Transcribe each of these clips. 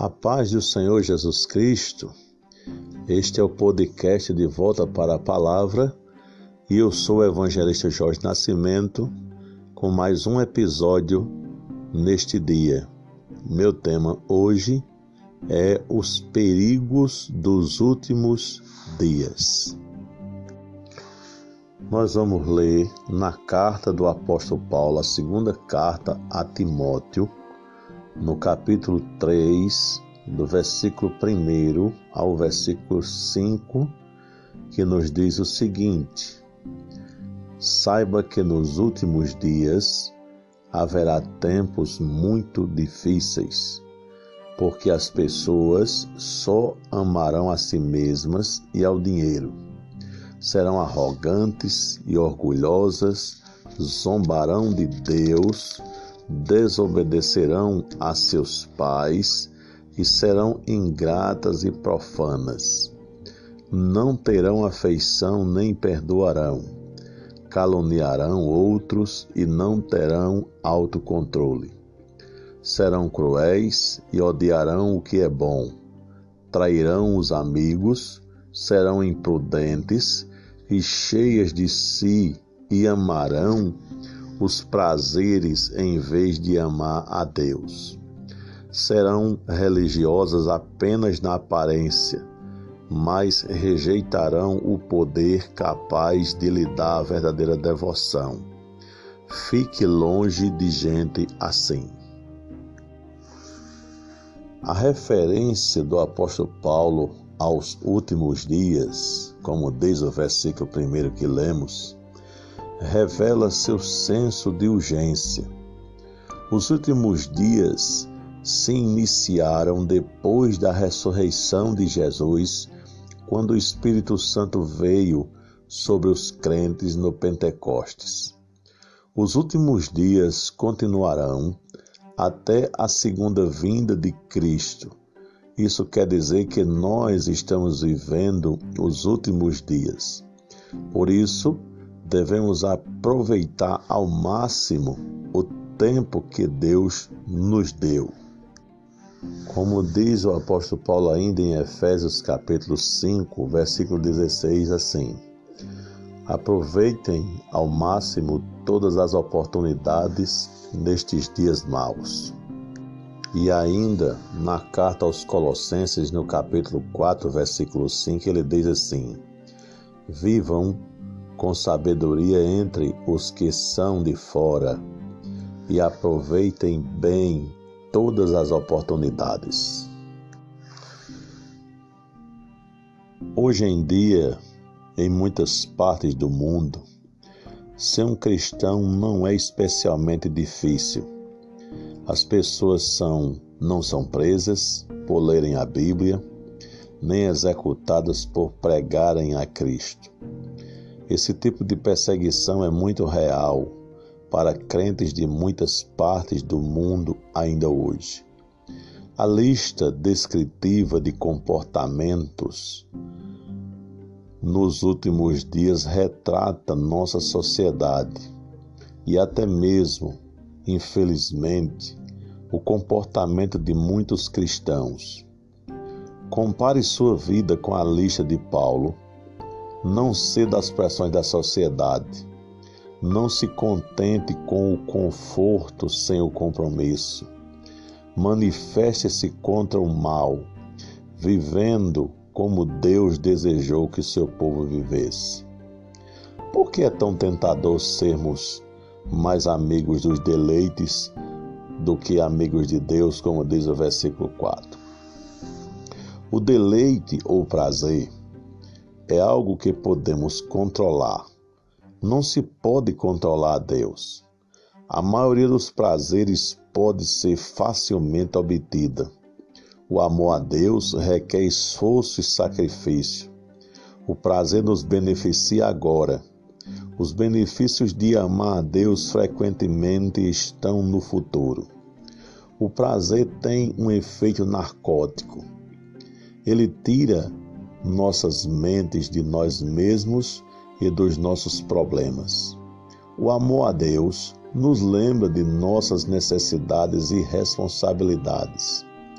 A paz do Senhor Jesus Cristo. Este é o podcast De Volta para a Palavra e eu sou o evangelista Jorge Nascimento com mais um episódio neste dia. Meu tema hoje é os perigos dos últimos dias. Nós vamos ler na carta do apóstolo Paulo, a segunda carta a Timóteo, no capítulo 3, do versículo 1 ao versículo 5, que nos diz o seguinte: Saiba que nos últimos dias haverá tempos muito difíceis, porque as pessoas só amarão a si mesmas e ao dinheiro. Serão arrogantes e orgulhosas, zombarão de Deus, desobedecerão a seus pais e serão ingratas e profanas. Não terão afeição nem perdoarão. Caluniarão outros e não terão autocontrole. Serão cruéis e odiarão o que é bom. Trairão os amigos, serão imprudentes e cheias de si e amarão os prazeres em vez de amar a Deus. Serão religiosas apenas na aparência, mas rejeitarão o poder capaz de lhe dar a verdadeira devoção. Fique longe de gente assim. A referência do apóstolo Paulo aos últimos dias, como diz o versículo 1 que lemos, revela seu senso de urgência. Os últimos dias se iniciaram depois da ressurreição de Jesus, quando o Espírito Santo veio sobre os crentes no Pentecostes. Os últimos dias continuarão até a segunda vinda de Cristo. Isso quer dizer que nós estamos vivendo os últimos dias. Por isso, devemos aproveitar ao máximo o tempo que Deus nos deu. Como diz o apóstolo Paulo ainda em Efésios capítulo 5, versículo 16, assim: aproveitem ao máximo todas as oportunidades nestes dias maus. E ainda na carta aos Colossenses, no capítulo 4, versículo 5, ele diz assim: vivam com sabedoria entre os que são de fora e aproveitem bem todas as oportunidades. Hoje em dia, em muitas partes do mundo, ser um cristão não é especialmente difícil. As pessoas não são presas por lerem a Bíblia, nem executadas por pregarem a Cristo. Esse tipo de perseguição é muito real para crentes de muitas partes do mundo ainda hoje. A lista descritiva de comportamentos nos últimos dias retrata nossa sociedade e até mesmo, infelizmente, o comportamento de muitos cristãos. Compare sua vida com a lista de Paulo. Não ceda às pressões da sociedade. Não se contente com o conforto sem o compromisso. Manifeste-se contra o mal, vivendo como Deus desejou que seu povo vivesse. Por que é tão tentador sermos mais amigos dos deleites do que amigos de Deus, como diz o versículo 4? O deleite ou prazer é algo que podemos controlar. Não se pode controlar a Deus. A maioria dos prazeres pode ser facilmente obtida. O amor a Deus requer esforço e sacrifício. O prazer nos beneficia agora. Os benefícios de amar a Deus frequentemente estão no futuro. O prazer tem um efeito narcótico. Ele tira nossas mentes de nós mesmos e dos nossos problemas. O amor a Deus nos lembra de nossas necessidades e responsabilidades.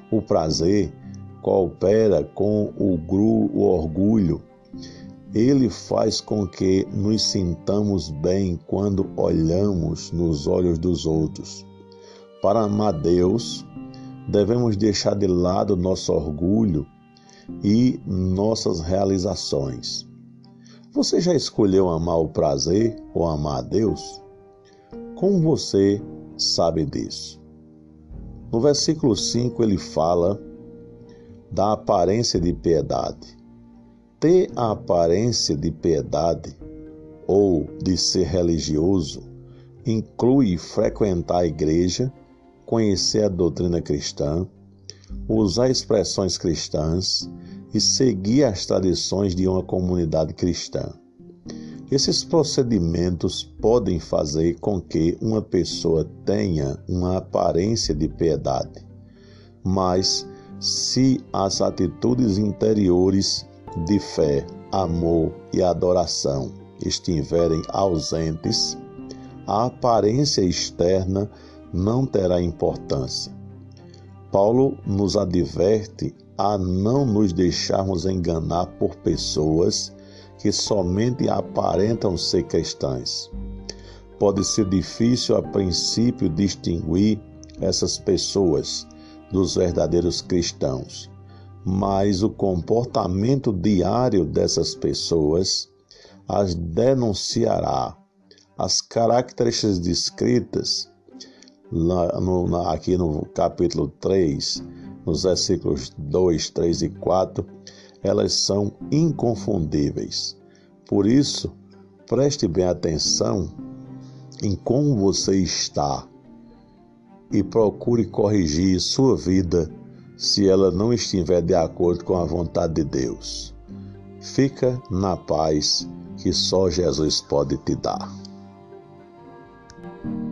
O prazer coopera com o orgulho. Ele faz com que nos sintamos bem quando olhamos nos olhos dos outros. Para amar Deus, devemos deixar de lado nosso orgulho e nossas realizações. Você já escolheu amar o prazer ou amar a Deus? Como você sabe disso? No versículo 5 ele fala da aparência de piedade. Ter a aparência de piedade ou de ser religioso inclui frequentar a igreja, conhecer a doutrina cristã, usar expressões cristãs e seguir as tradições de uma comunidade cristã. Esses procedimentos podem fazer com que uma pessoa tenha uma aparência de piedade, mas se as atitudes interiores de fé, amor e adoração estiverem ausentes, a aparência externa não terá importância. Paulo nos adverte a não nos deixarmos enganar por pessoas que somente aparentam ser cristãs. Pode ser difícil a princípio distinguir essas pessoas dos verdadeiros cristãos, mas o comportamento diário dessas pessoas as denunciará. As características descritas aqui no capítulo 3, nos versículos 2, 3 e 4, elas são inconfundíveis. Por isso, preste bem atenção em como você está e procure corrigir sua vida se ela não estiver de acordo com a vontade de Deus. Fica na paz que só Jesus pode te dar.